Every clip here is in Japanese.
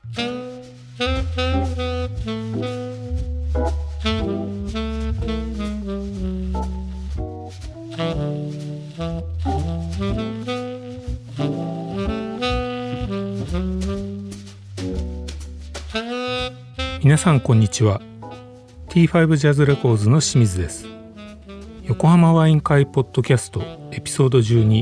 皆さんこんにちは。 T5 ジャズレコーズの清水です。横浜ワイン会ポッドキャストエピソード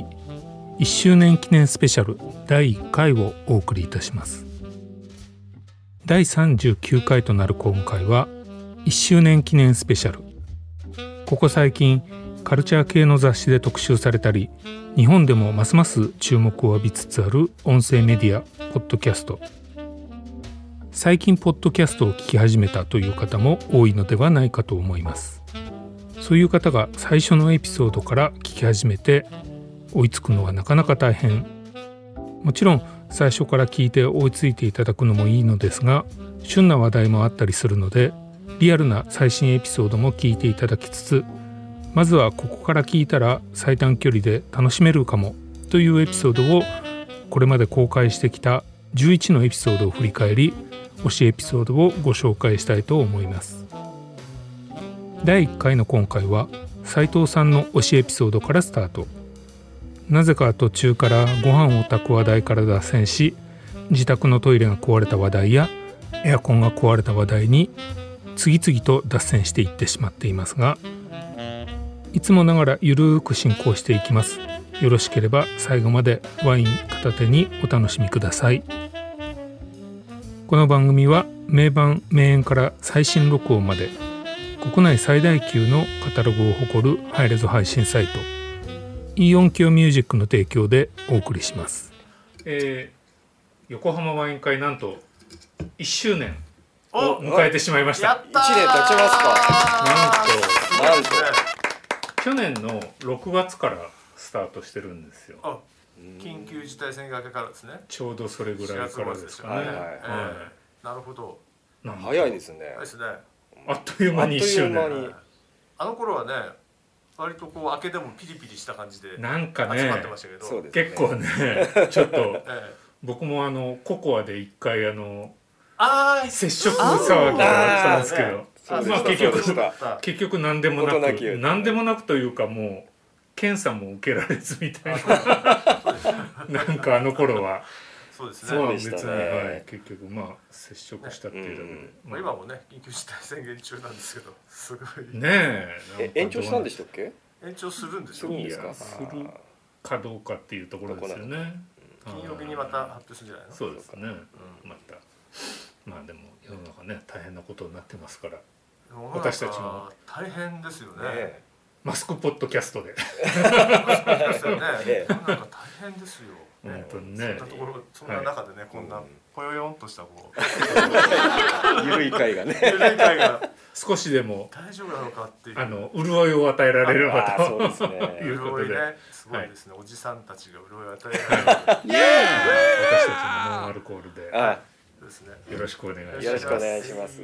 12、1周年記念スペシャル第1回をお送りいたします。第39回となる今回は1周年記念スペシャル。ここ最近カルチャー系の雑誌で特集されたり、日本でもますます注目を浴びつつある音声メディアポッドキャスト。最近ポッドキャストを聞き始めたという方も多いのではないかと思います。そういう方が最初のエピソードから聞き始めて追いつくのはなかなか大変。もちろん最初から聞いて追いついていただくのもいいのですが、旬な話題もあったりするのでリアルな最新エピソードも聞いていただきつつ、まずはここから聞いたら最短距離で楽しめるかもというエピソードを、これまで公開してきた11のエピソードを振り返り、推しエピソードをご紹介したいと思います。第1回の今回は斉藤さんの推しエピソードからスタート。なぜか途中からご飯を炊く話題から脱線し、自宅のトイレが壊れた話題やエアコンが壊れた話題に次々と脱線していってしまっていますが、いつもながらゆるーく進行していきます。よろしければ最後までワイン片手にお楽しみください。この番組は名盤名演から最新録音まで国内最大級のカタログを誇るハイレゾ配信サイトイオンキオミュージックの提供でお送りします。横浜ワイン会なんと1周年を迎えてしまいました。 やったー、1年経ちますか。 なんと去年の6月からスタートしてるんですよ。 緊急事態宣言明けからですね。 ちょうどそれぐらいからですかね。 なるほど。 早いですね。 早いですね。 あっという間に1周年。 あの頃はね、割とこう明けでもピリピリした感じでなんかね、 集まってましたけど、 結構ねちょっと僕もココアで一回接触騒ぎがあったんですけど、まあ結局何でもなくというか、もう検査も受けられずみたいななんかあの頃はそうですね。 そう別に、結局まあ接触したっていうだけで、 今もね緊急事態宣言中なんですけど、すごいねえ、 延長したんでしたっけ？ 延長するんですよ。 するかどうかっていうところですよね。 金曜日にまた発表するんじゃないの？ そうですね。またまあでも世の中ね大変なことになってますから、私たちも大変ですよね。 マスクポッドキャストでなんか大変ですよ。 本当にね。 そんなところ、そんな中でね、こんなぽよよんとしたこう緩い会が少しでも大丈夫なのかっていう潤いを与えられればとそうですね。 いうことで、 すごいですね。おじさんたちが潤いを与えられる。 私たちのノンアルコールでよろしくお願いします。 よろしくお願いします。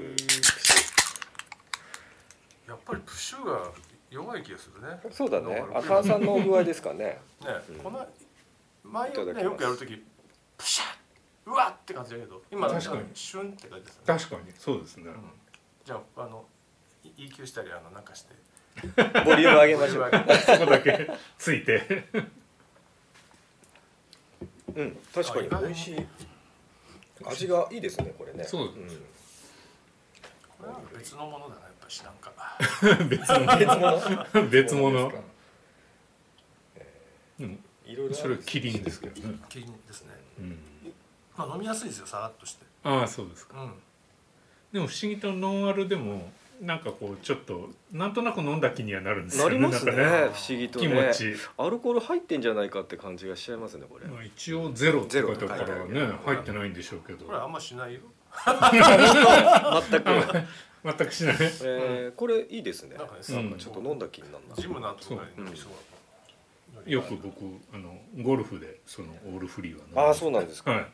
やっぱりプッシュが弱い気がするね。 そうだね。炭酸の具合ですかね。 ね、この前ねよくやるときプシャッうわって感じだけど、今確かにシュンって感じですね。 確かにそうですね。 じゃあEQ したりなんかしてボリューム上げましょう。 そこだけついて。 確かに美味しい。味がいいですねこれね。 そうです。 これは別のものだな、やっぱしなんか別物。それキリンですけどね。 キリンですね。まあ飲みやすいですよ、さらっとして。 ああそうですか。でも不思議とノンアルでもなんかこうちょっとなんとなく飲んだ気にはなるんですよね。 なりますね。不思議とね。 気持ち。 アルコール入ってんじゃないかって感じがしちゃいますねこれ。 まあ一応ゼロって書いてあるからね、入ってないんでしょうけど。 これあんましないよ。 全くしない。 これいいですね。 なんかちょっと飲んだ気になるな。 ジムの後とかに飲みそう。 よく僕ゴルフでそのオールフリーは。 ああそうなんですか。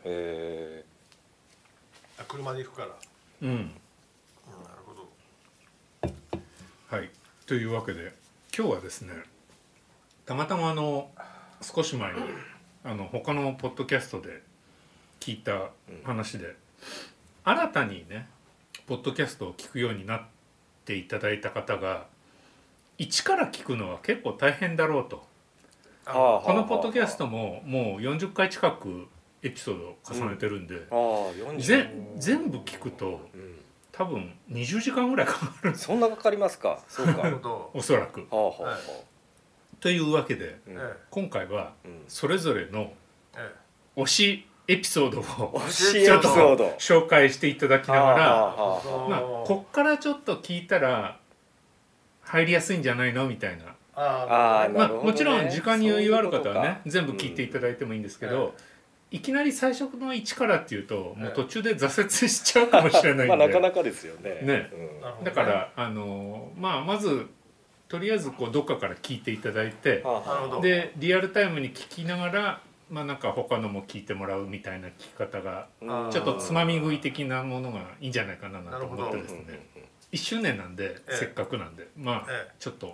車で行くから。なるほど。 はい、というわけで今日はですね、たまたま少し前に他のポッドキャストで聞いた話で、 新たにねポッドキャストを聞くようになっていただいた方が一から聞くのは結構大変だろうと。このポッドキャストももう40回近くエピソードを重ねてるんで、全部聞くと、多分20時間ぐらいかかる。 そんなかかりますか。そうかおそらく、というわけで、今回はそれぞれの推しエピソードをちょっと紹介していただきながら、こっからちょっと聞いたら入りやすいんじゃないのみたいな。もちろん時間に余裕ある方はね全部聞いていただいてもいいんですけど、いきなり最初の1からっていうともう途中で挫折しちゃうかもしれないんでなかなかですよね。 だからまずとりあえずどっかから聞いていただいて、でリアルタイムに聞きながらなんか他のも聞いてもらうみたいな聞き方がちょっとつまみ食い的なものがいいんじゃないかなと思ってですね、1周年なんで、せっかくなんでちょっと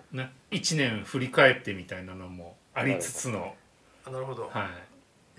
1年振り返ってみたいなのもありつつの、 なるほど、 はい、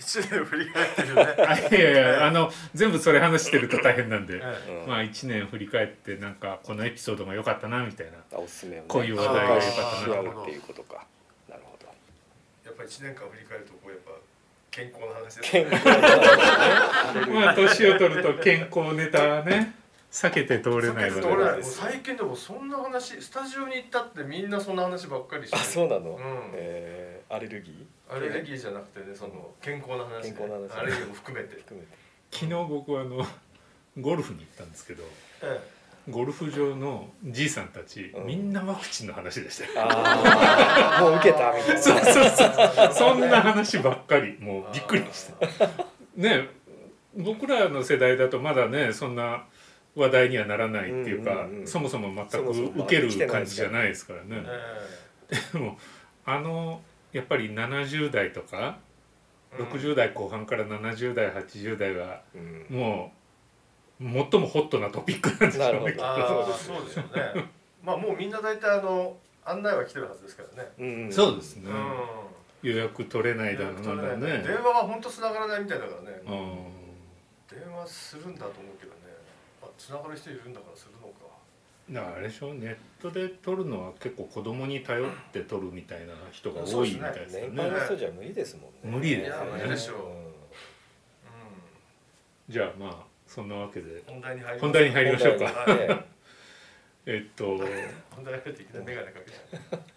1年振り返ってるね。 いや全部それ話してると大変なんで、1年振り返ってなんかこのエピソードが良かったなみたいな、 おすすめをね、 こういう話題が良かったなっていうことか。なるほど。 やっぱり1年間振り返るとやっぱ健康の話ですね。 健康の話ね。 年を取ると健康ネタね避けて通れないので、 最近でもそんな話、スタジオに行ったってみんなそんな話ばっかりしてる。 そうなの。アレルギーじゃなくてね、その健康の話、アレルギーも含めて。 昨日僕はゴルフに行ったんですけど、ゴルフ場のじいさんたち、みんなワクチンの話でしたよ。 もう受けたみたいな。 そうそんな話ばっかり、もうびっくりしたね。僕らの世代だとまだねそんな話題にはならないっていうか、そもそも全く受ける感じじゃないですからね。でもやっぱり70代とか60代後半から70代80代はもう最もホットなトピックなんでしょうね。 そうですよね。もうみんな大体案内は来てるはずですからね。 そうですね。予約取れないだろうなね。 電話は本当繋がらないみたいだからね。電話するんだと思うけどね。繋がる人いるんだからするのか。 だからあれでしょ、ネットで撮るのは結構子供に頼って撮るみたいな人が多いみたいですよね。 年配の人じゃ無理ですもんね。 無理ですよね。 無理でしょう。 じゃあそんなわけで本題に入りましょうか。 本題入っていきなりメガネかけた。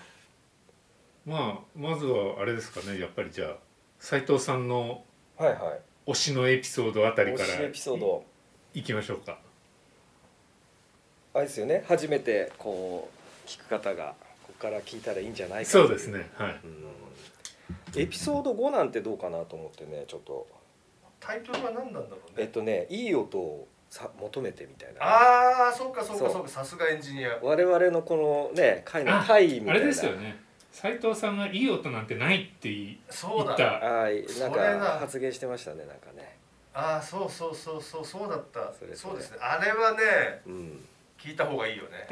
まずはあれですかね、やっぱりじゃあ斉藤さんの推しのエピソードあたりからいきましょうか。 あれですよね、初めて聞く方がここから聞いたらいいんじゃないか。 そうですね、はい。 エピソード5なんてどうかなと思ってね、ちょっとタイトルは何なんだろうね。 いい音を求めてみたいな。そうか、さすがエンジニア。 我々のこのね会の会みたいな。 あれですよね、斉藤さんがいい音なんてないって言った。 なんか発言してましたね、なんかね。 そうだった。そうですね。あれはね、聞いた方がいいよね。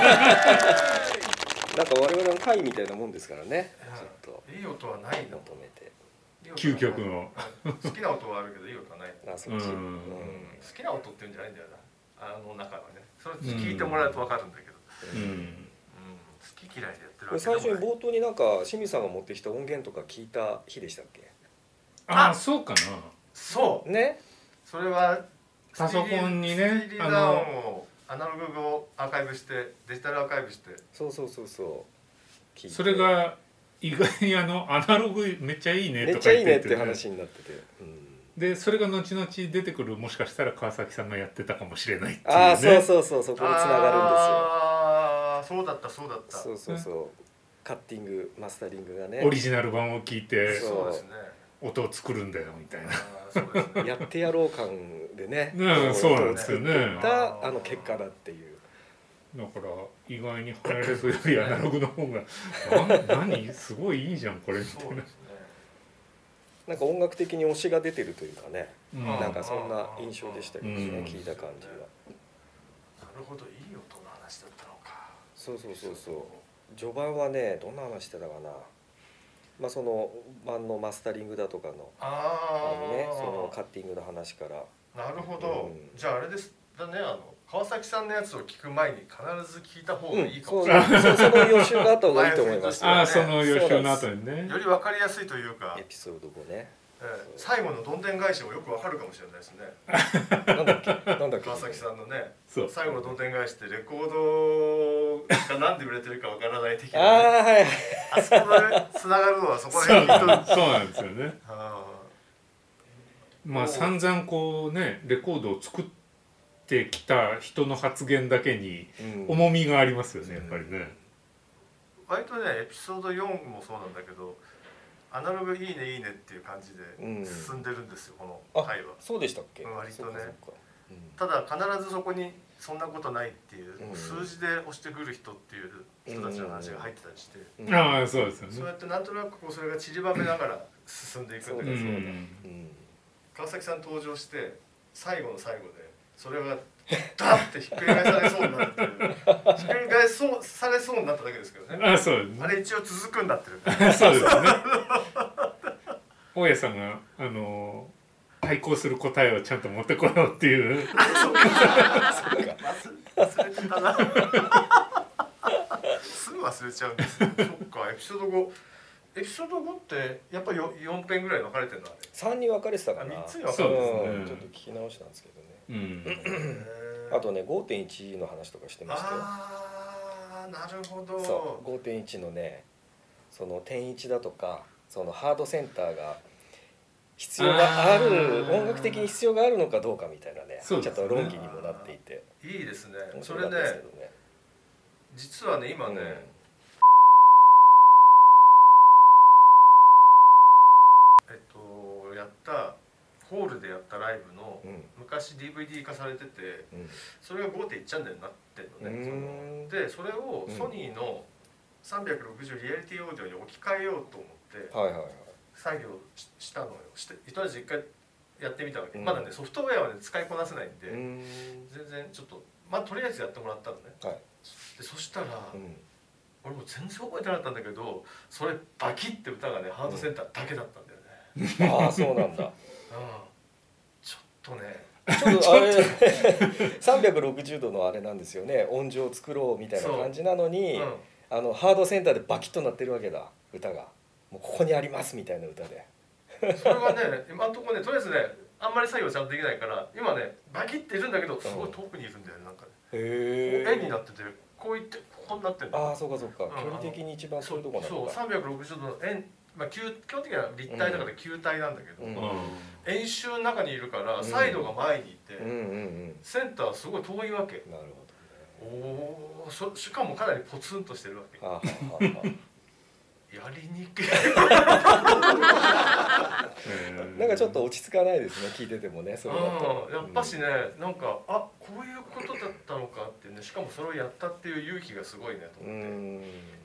なんか我々の会みたいなもんですからね。ちょっといい音はないの。 求めて。 究極の好きな音はあるけどいい音はない。 そっち。 好きな音って言うんじゃないんだよな。中はね。それ聞いてもらうと分かるんだけど。好き嫌いでやってるわけ。 最初に冒頭になんか清水さんが持ってきた音源とか聞いた日でしたっけ？ そうかな。 そうね。 それはパソコンにね、 アナログをアーカイブしてデジタルアーカイブして。 そう。 それが意外にアナログめっちゃいいねとか言ってて、 めっちゃいいねって話になってて。 でそれが後々出てくる、もしかしたら川崎さんがやってたかもしれないっていうね。 そうそこに繋がるんですよ。 そうだった。 そうカッティングマスタリングがね、 オリジナル版を聞いてそうですね、 音を作るんだよみたいな。 そうですね、 やってやろう感でね。 そうなんですよね。 結果だっていう。 だから意外にハイレゾよりアナログの方が何すごいいいじゃんこれみたいな。 なんか音楽的に推しが出てるというかね、なんかそんな印象でしたけどね、聞いた感じは。 なるほど、いい音の話だったのか。 そう序盤はね、どんな話してたかな。その版のマスタリングだとかのね、そのカッティングの話からなるほど、じゃああれですだね、川崎さんのやつを聞く前に必ず聞いた方がいいかもしれない、 その予習があった方がいいと思います。 その予習の後にね、 より分かりやすいというか、 エピソード5ね、 最後のどんでん返しもよく分かるかもしれないですね。 なんだっけ川崎さんのね、 最後のどんでん返しってレコードがなんで売れてるか分からない的な、ね、あそこでつながるのはそこら辺にそうなんですよね。まあ散々こうねレコードを作ってきた人の発言だけに重みがありますよね、やっぱりね。 割とねエピソード4もそうなんだけど、アナログいいねいいねっていう感じで進んでるんですよ、この回は。 そうでしたっけ。 割とね。ただ必ずそこにそんなことないっていう、数字で押してくる人っていう人たちの話が入ってたりして、 そうですよね。 そうやってなんとなくこうそれが散りばめながら進んでいくんだけど、川崎さん登場して最後の最後でそれがダッてひっくり返されそうになってひっくり返されそうになっただけですけどね。 そうですね。 あれ一応続くんだってる。 そうですね。大家さんが対抗する答えをちゃんと持ってこようっていう。 忘れてたな。すぐ忘れちゃうんですよ。そっか、エピソード5ってやっぱり4編ぐらい分かれてるのあれ。 3に分かれてたかな。 3つに分かれてる。 ちょっと聞き直したんですけどね。あとね 5.1 の話とかしてましたよ。 なるほど。 そう 5.1 のね、その点1だとかそのハードセンターが必要がある、音楽的に必要があるのかどうかみたいなね、ちょっと論議にもなっていていいですね。それね、実はね今ね、やったホールでやったライブの、昔 DVD 化されてて、それが 5.1 チャンネルになってるのね。でそれをソニーの360リアリティオーディオに置き換えようと思って、作業したのよ。とりあえず一回やってみたわけ。まだねソフトウェアはね使いこなせないんで、全然ちょっととりあえずやってもらったのね。でそしたら、俺も全然覚えてなかったんだけど、それバキって歌がねハードセンターだけだったんだよね。 そうなんだ。 ちょっとね。 ちょっとあれ360度のあれなんですよね。音情を作ろうみたいな感じなのに、ハードセンターでバキッとなってるわけだ、歌が。もうここにありますみたいな歌で。 それはね、今のところね、とりあえずね、あんまり作業ちゃんとできないから、今ね、バキっているんだけど、すごい遠くにいるんだよね、なんかね。円になってて、こういってここになってるんだよ。 そうかそうか。距離的に一番そういうとこなんだ。 そう、360度の円、基本的には立体だから球体なんだけど、円周の中にいるからサイドが前にいて、センターはすごい遠いわけ。 なるほど。しかもかなりポツンとしてるわけ。やりにくい。 なんかちょっと落ち着かないですね、聞いててもね。それだとやっぱしね、なんかこういうことだったのかってね、しかもそれをやったっていう勇気がすごいねと思って。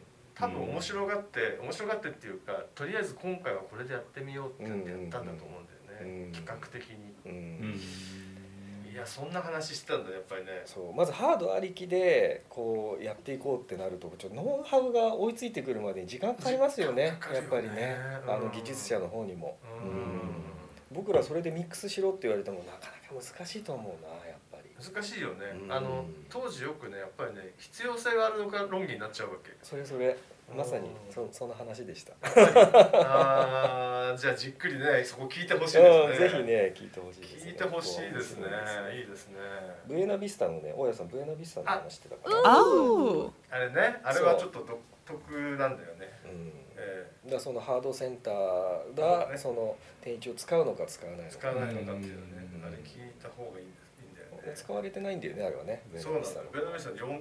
多分面白がってっていうか、とりあえず今回はこれでやってみようってやったんだと思うんだよね、企画的に。いや、そんな話してたんだやっぱりね。 そう、まずハードありきでこうやっていこうってなると、ちょっとノウハウが追いついてくるまでに時間かかりますよね、やっぱりね、技術者の方にも。僕らそれでミックスしろって言われてもなかなか難しいと思うな、やっぱり。 難しいよね。当時よくね、やっぱりね、必要性があるのか論議になっちゃうわけ。 それまさにその話でした。 じゃあじっくりね、そこ聞いてほしいですね。 ぜひね、聞いてほしいですね。 聞いてほしいですね。いいですね。 ブエナビスタのね、大家さんブエナビスタの話してたから。 あれね、あれはちょっと独特なんだよね。 だそのハードセンターがその点1を使うのか使わないのか。 使わないのかっていうね、あれ聞いた方がいいんだよね。 使われてないんだよね、あれはね。 そうなんだ。ブエナビスタ 4.0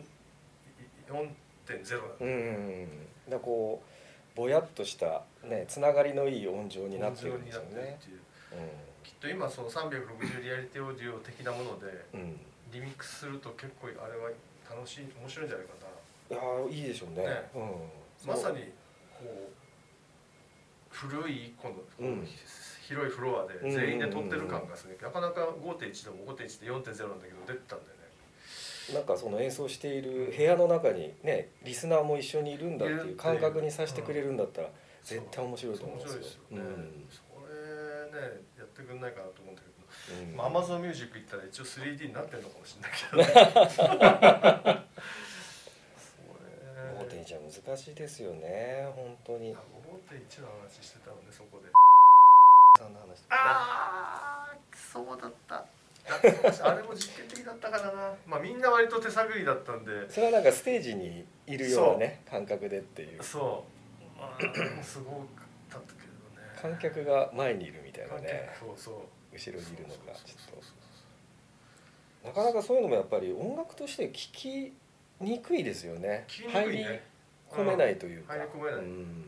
なんだ。 だこうぼやっとしたね、つながりのいい音情になってるんですよね。 きっと今その360リアリティオーディオ的なものでリミックスすると結構あれは楽しい、面白いんじゃないかな。 いや、いいでしょうね。 まさにこう古いこの広いフロアで全員で撮ってる感がする。なかなか 5.1 でも 5.1 で 4.0 なんだけど出てたんだよね。 なんかその演奏している部屋の中にね、リスナーも一緒にいるんだっていう感覚にさせてくれるんだったら絶対面白いと思うんですよ。 それね、やってくんないかなと思うんだけど、 Amazon Music 行ったら一応 3D になってるのかもしれないけどね 5.1 は難しいですよね本当に。 5.1 の話してたのねそこでさんの話とかね。 ああそうだったあれも実験的だったからなまあみんな割と手探りだったんでそれはなんかステージにいるようなね感覚でっていう。 そうすごかったけどね観客が前にいるみたいなね。 そう後ろにいるのがちょっとなかなかそういうのもやっぱり音楽として聞きにくいですよね。入り込めないというか、 入り込めない、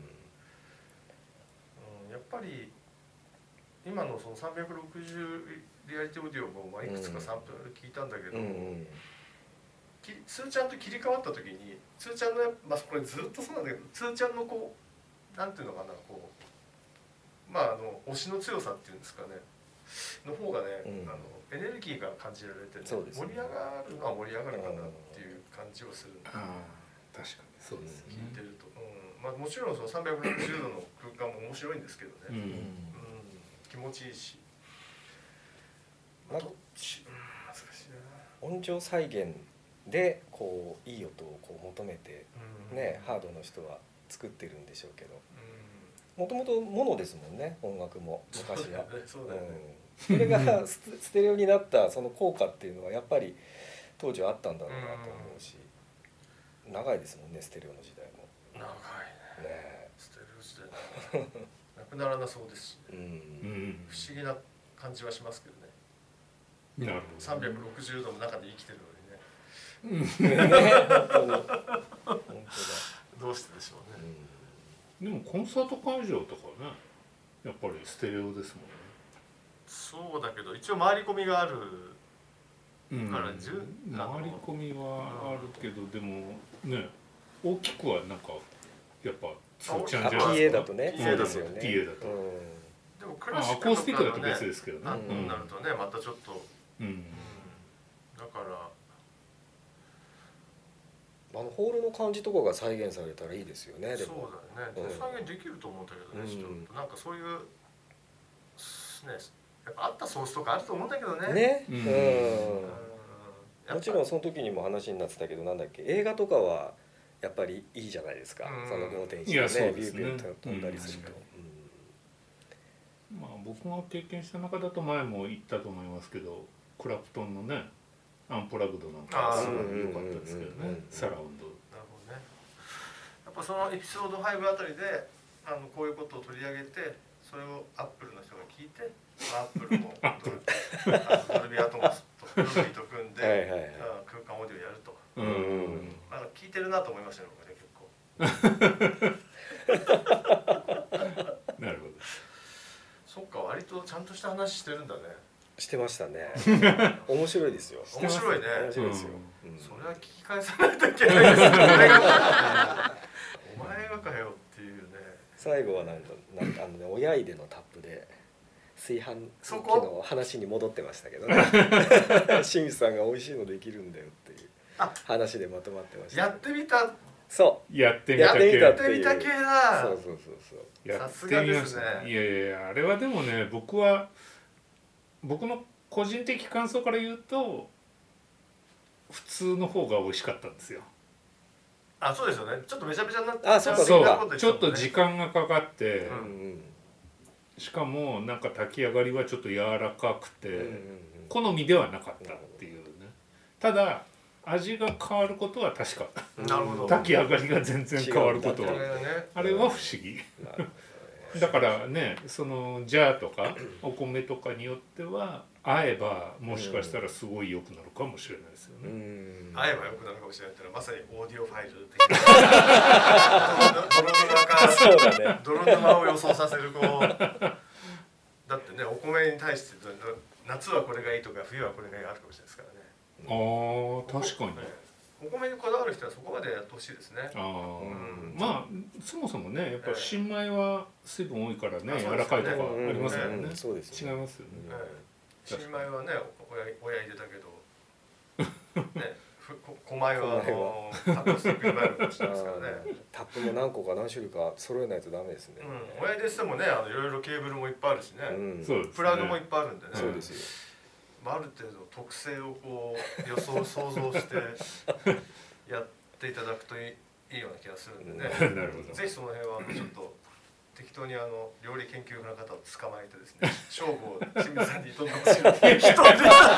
やっぱり今のその360リアリティオーディオもいくつかサンプル聞いたんだけど、つーちゃんと切り替わった時につーちゃんのまあこれずっとそうなんだけどつーちゃんのこうなんていうのかなこうまあ推しの強さっていうんですかねの方がね、エネルギーが感じられて、ね、盛り上がるのは盛り上がるかなっていう感じはする。 確かにそうですね。 聞いてると、まあもちろんその360度の空間も面白いんですけどね。気持ちいいし。どっち難しいな。 音響再現でこういい音をこう求めてねハードの人は作ってるんでしょうけど。もともとものですもんね音楽も昔は。それがステレオになったその効果っていうのはやっぱり当時はあったんだろうなと思うし、長いですもんねステレオの時代も。 長いね。 ステレオ時代なくならなそうですし、不思議な感じはしますけどね。なるほど。360度の中で生きてるのにね。本当だ。どうしてでしょうね。 でもコンサート会場とかねやっぱりステレオですもんね。 そうだけど一応回り込みがあるから回り込みはあるけどでもね大きくはなんかやっぱつーちゃんじゃないですか。 PA だとね。 PA だと。 でもクラシックアコースティックだと別ですけどね。 なるとねまたちょっとだからホールの感じとかが再現されたらいいですよね。でもそうだよね。再現できると思うんだけどね。ちょっとなんかそういうねやっぱあったソースとかあると思うんだけどね。 もちろんその時にも話になってたけどなんだっけ映画とかはやっぱりいいじゃないですか。その 5.1 でねビュービュー飛んだりすると。 まあ僕が経験した中だと前も言ったと思いますけどクラプトンのねアンプラグドなんかすごい良かったですけどねサラウンド。 なるほどね。やっぱそのエピソード5あたりでこういうことを取り上げてそれをアップルの人が聞いてアップルもドルビーアトモスとドルビーと組んで空間オーディオやると。なんか聞いてるなと思いましたよね結構。 なるほど。 そっか割とちゃんとした話してるんだね。 してましたね。面白いですよ。 面白いね。 面白いですよ。 それは聞き返さないといけないですね。お前がかよっていうね。 最後はなんか親入れのタップで炊飯器の話に戻ってましたけどね。清水さんが美味しいのできるんだよっていう話でまとまってました。 やってみた。 そうやってみた系だ。 そう。 さすがですね。いやあれはでもね僕の個人的感想から言うと普通の方が美味しかったんですよ。 そうですよね。ちょっとめちゃめちゃになってそうちょっと時間がかかって、しかもなんか炊き上がりはちょっと柔らかくて、好みではなかったっていうね。ただ味が変わることは確か。 なるほど。 炊き上がりが全然変わることはあれは不思議。だからねそのジャーとかお米とかによっては合えばもしかしたらすごい良くなるかもしれないですよね。 合えば良くなるかもしれないってのはまさにオーディオファイル的な泥沼を予想させるだってねお米に対して夏はこれがいいとか冬はこれがいいあるかもしれないですからね。 確かに。 お米にこだわる人はそこまでやってほしいですね。 まあそもそもねやっぱ新米は水分多いからね柔らかいとかありますよね。 そうです。 違いますよね。 新米はね親入れたけどね小米はタップしてくればいいかもしれないですからね。 タップも何個か何種類か揃えないとダメですね。 親入れしてもねいろいろケーブルもいっぱいあるしね。プラグもいっぱいあるんでね。 そうですよ。 ある程度特性をこう想像してやっていただくといいような気がするんでねなるほど。 ぜひその辺はちょっと適当に料理研究家の方を捕まえてですね正午を清水さんに挑んでほしいって一人で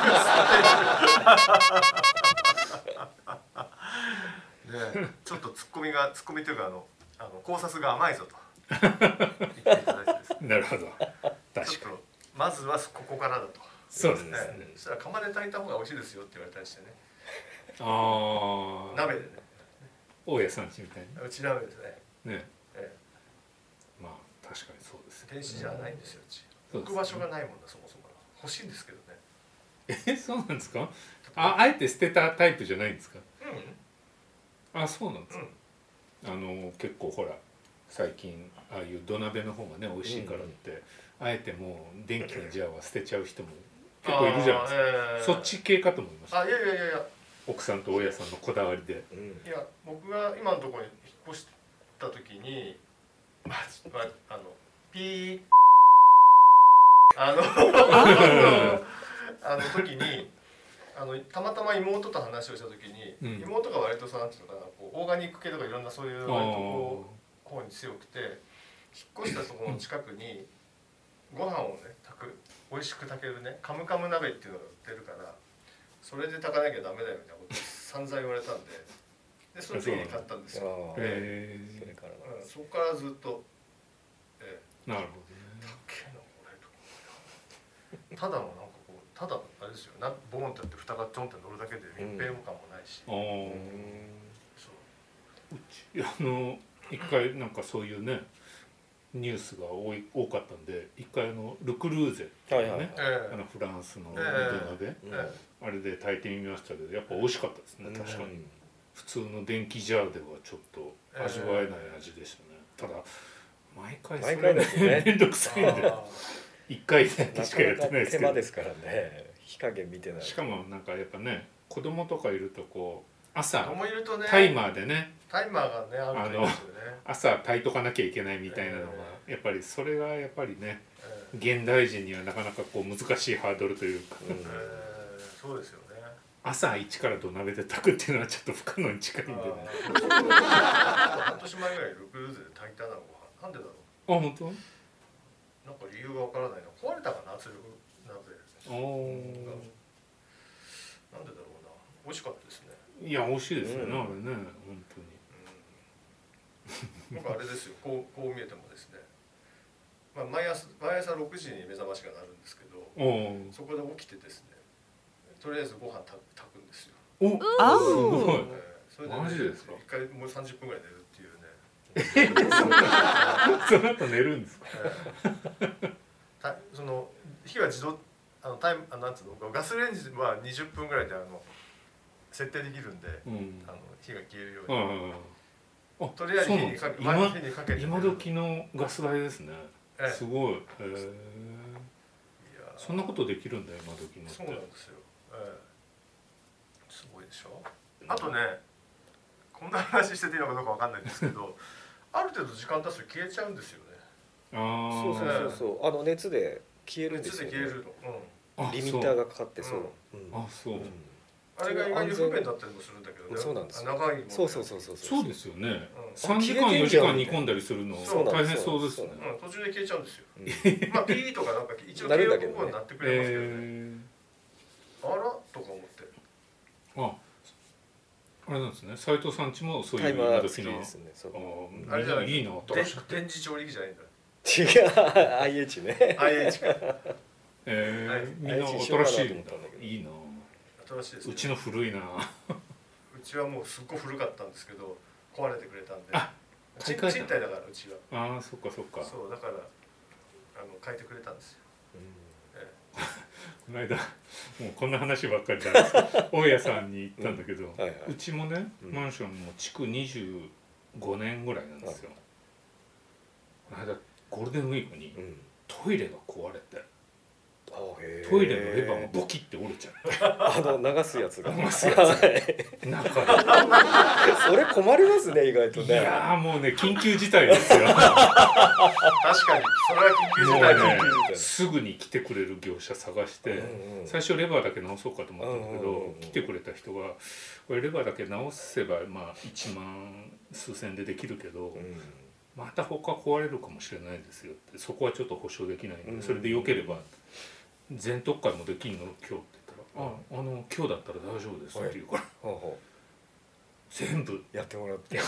ちょっとツッコミというか考察が甘いぞと言っていただいてですねなるほど。 ちょっとまずはここからだと。 そうですね。 そしたら釜で炊いた方が美味しいですよって言われたりしてね。 ああ。 鍋でね。 大家さんちみたいに。 うち鍋ですね。 ね。まあ確かにそうです。 電子じゃないんですようち。置く場所がないもんだそもそも。欲しいんですけどね。 そうなんですか。あえて捨てたタイプじゃないんですか。 うん。 そうなんですか。結構ほら最近ああいう土鍋の方がね美味しいからって、あえてもう電気のジャーは捨てちゃう人も結構いるじゃないですか。そっち系かと思いました。 いや奥さんと大家さんのこだわりで。 いや僕が今のところに引っ越した時にピー時にたまたま妹と話をした時に、妹が割となんていうのかなオーガニック系とかいろんなそういう割と方に強くて引っ越したところの近くにご飯をね美味しく炊けるねカムカム鍋っていうのが売ってるからそれで炊かなきゃダメだよみたいなこと散々言われたんでその時に買ったんですよ。そこからずっとなるほどね。 ただのただあれですよボーンってやって蓋がちょんって乗るだけで密閉感もないし。 うち一回なんかそういうねニュースが多かったんで一回ルクルーゼっていうねフランスの土鍋あれで炊いてみましたけどやっぱ美味しかったですね。確かに普通の電気ジャーではちょっと味わえない味でしたね。ただ毎回それめんどくさいんで1回だけしかやってないですけど。 手間ですからね。火加減見てない。 しかもなんかやっぱね子供とかいるとこう朝子供いるとねタイマーでねタイマーがねあるといいですよね。 朝炊いとかなきゃいけないみたいなのがやっぱりそれがやっぱりね現代人にはなかなかこう難しいハードルというかそうですよね。 朝一から土鍋で炊くっていうのはちょっと不可能に近いんでね。 半年前ぐらいルクルーゼで炊いたのご飯なんでだろう。 本当？ なんか理由がわからないな。壊れたかな圧力鍋。なんでだろうな。美味しかったですね。 いや美味しいですよね、あれね本当に。 僕あれですよこう見えてもですね、毎朝6時に目覚ましが鳴るんですけどそこで起きてですねとりあえずご飯炊くんですよ。 すごい。 それでマジですか。 一回もう30分ぐらい寝るっていうね。 その後寝るんですか。 その火は自動なんつうのガスレンジは20分ぐらいで設定できるんで、火が消えるように。とりあえず火にかけて今時のガス台ですね。すごい。そんなことできるんだ今時のって。 そうなんですよ。すごいでしょ。あとねこんな話してていいのかどうかわかんないんですけどある程度時間経つと消えちゃうんですよね。 そう熱で消えるんですよね。 熱で消えるの。 リミッターがかかってそう。 あれが意外に不便だったりもするんだけどね。 そうなんです。 長いもん。 そうですよね。3時間4時間煮込んだりするの大変そうですね。 途中で消えちゃうんですよ。ピーとかなんか一応警報音になってくれますけどね。あらとか思って。 あれなんですね。斉藤さんちもそういう今時の。 あれじゃない。 いいな。 電磁調理器じゃないんだ。 違う IH ね。 IH か。 みんな新しいんだ。いいな。 新しいです。 うちの古いな。 うちはもうすっごい古かったんですけど壊れてくれたんで。賃貸だからうちは。 そっかそっか。 そうだから変えてくれたんですよ。 この間もうこんな話ばっかりなんですけど大家さんに行ったんだけど、うちもねマンションも築25年ぐらいなんですよ。この間ゴールデンウィークにトイレが壊れて。 トイレのレバーがボキって折れちゃって流すやつが流すやつ中でそれ困りますね意外とね。 いやもうね緊急事態ですよ確かにそれは緊急事態だ、 ね、すぐに来てくれる業者探して、最初レバーだけ直そうかと思ったんだけど、来てくれた人がこれレバーだけ直せばまあ1万数千でできるけど、また他壊れるかもしれないですよって、そこはちょっと保証できないので、それでよければ全特会もできんの今日って言ったら、今日だったら大丈夫ですって言うから、全部やってもらって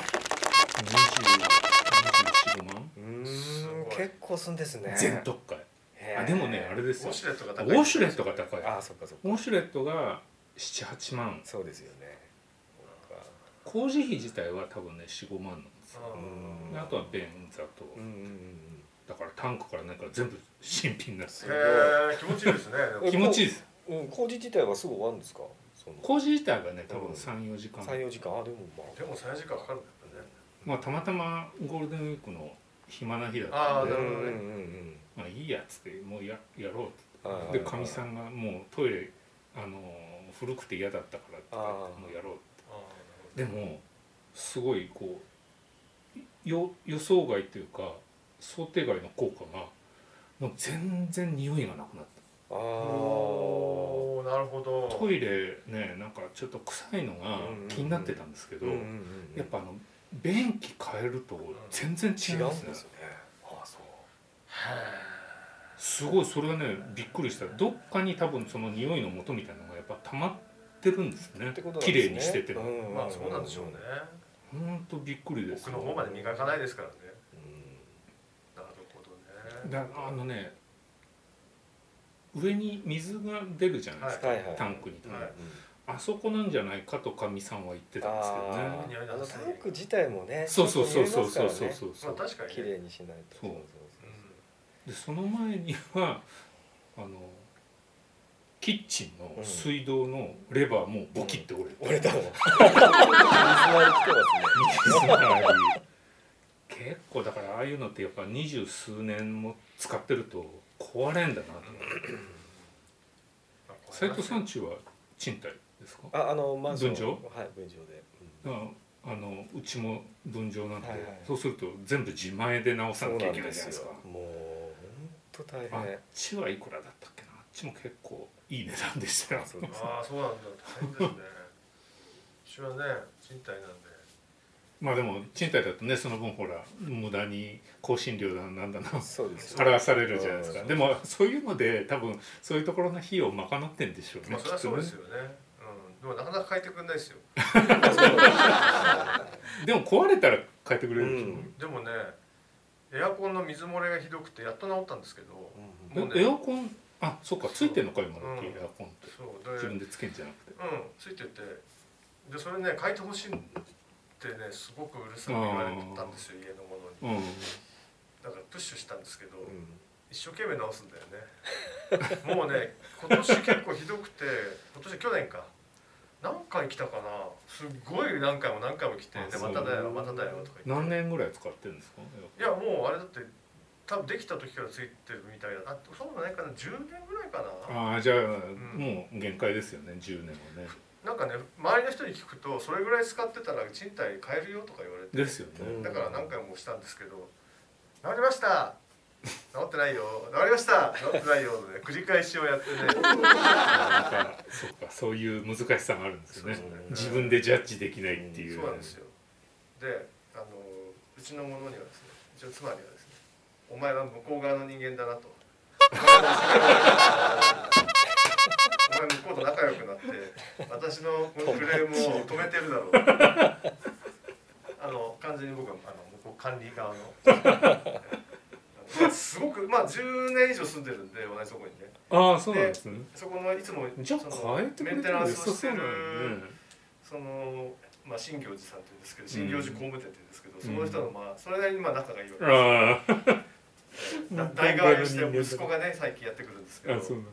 24、25万結構すんですね。 全特会。でもねあれですよ、 ウォシュレットが高い。 ウォシュレットが高い。 あ、そっかそっか。 ウォシュレットが7、8万。 そうですよね。 工事費自体は多分ね4、5万なんですよ。あとは便座と、だからタンクから何から全部新品になって、 気持ちいいですね。 気持ちいいです。 工事自体はすぐ終わるんですか？ 工事自体がね多分3、4時間。 3、4時間。でも 3時間かかるんだよね。 まあたまたまゴールデンウィークの暇な日だったんで、まあいいやつでもうやろうって。でかみさんがもうトイレ古くて嫌だったからってもうやろうって。でもすごいこう予想外というか想定外の効果がもう全然匂いがなくなった。 なるほど。 トイレねなんかちょっと臭いのが気になってたんですけど、やっぱ便器変えると全然違うんですね。すごいそれはねびっくりした。どっかに多分その匂いの元みたいなのがやっぱ溜まってるんですね。綺麗にしてても。 まあそうなんでしょうね。 本当びっくりです。 奥の方まで磨かないですからね。なるほどね。 ね上に水が出るじゃないですか、タンクに。あそこなんじゃないかとかみさんは言ってたんですけどね。 タンク自体もね。 そう確かに綺麗にしないと。 でその前にはキッチンの水道のレバーもボキって折れた。 水回り来てますね。 結構だからああいうのってやっぱ20数年も使ってると壊れんだなと思って。斉藤さんちは賃貸ですか？ 分譲？はい、分譲で。 うちも分譲なんで、そうすると全部自前で直さなきゃいけないじゃないですか。 もう本当大変。 あっちはいくらだったっけな。あっちも結構いい値段でしたよ。 そうなんだ。大変ですね。うちはね賃貸なんで。 まあでも賃貸だとねその分ほら無駄に更新料だなんだな払わされるじゃないですか。でもそういうので多分そういうところの費用を賄ってんでしょうね。 それはそうですよね。でもなかなか変えてくれないですよ。 でも壊れたら変えてくれるでしょ。 でもねエアコンの水漏れがひどくてやっと治ったんですけど。 エアコンそうかついてんのか今のエアコンって。自分でつけんじゃなくて。 ついててでそれね変えてほしいってねすごくうるさく言われてたんですよ家のものに。だからプッシュしたんですけど一生懸命直すんだよね。もうね今年結構ひどくて去年か何回来たかな。すっごい何回も来てでまただよとか言って。 何年ぐらい使ってるんですか？ いやもうあれだって多分できた時からついてるみたいな。そうもないかな10年ぐらいかな。 じゃあもう限界ですよね10年はね。 なんかね周りの人に聞くとそれぐらい使ってたら賃貸買えるよとか言われて。 ですよね。 だから何回もしたんですけど治りました治ってないよ治りました治ってないよのね繰り返しをやってね。 そういう難しさがあるんですよね。自分でジャッジできないっていう。 そうなんですよ。でうちの者にはですねうちの妻にはですねお前は向こう側の人間だなと。お前向こうと仲良くなって私のこのクレームを止めてるだろう。完全に僕は向こう管理側のすごく10年以上住んでるんで同じところにね。 そうなんですね。 そこのいつもじゃあ変えてくれてるんですか？ メンテナンスをしてる新行寺さんって言うんですけど新行寺工務店って言うんですけどその人のそれなりに仲がいいわけですよ。代替わりして息子がね最近やってくるんですけど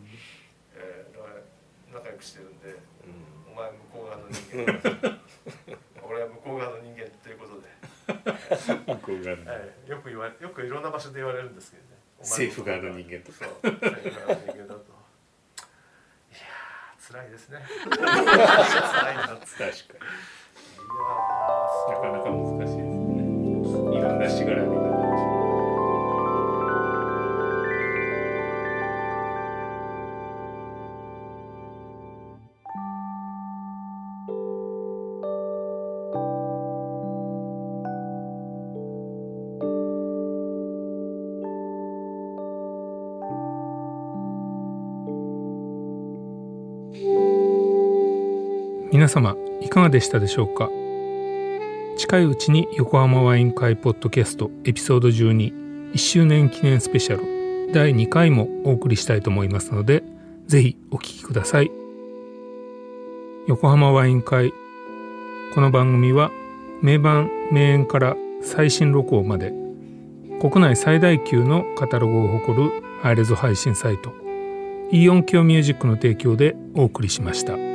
仲良くしてるんでお前向こう側の人間俺は向こう側の人間ということでよくいろんな場所で言われるんですけどね。お政府側の人間とかそう政府側の人間だといやー辛いですね辛いな確かになかなか難しいですね。いろんなしがらみが皆様いかがでしたでしょうか。近いうちに横浜ワイン会ポッドキャストエピソード12 1周年記念スペシャル第2回もお送りしたいと思いますので、ぜひお聞きください。横浜ワイン会、この番組は名盤名演から最新録音まで国内最大級のカタログを誇るハイレゾ配信サイトイオンキオミュージックの提供でお送りしました。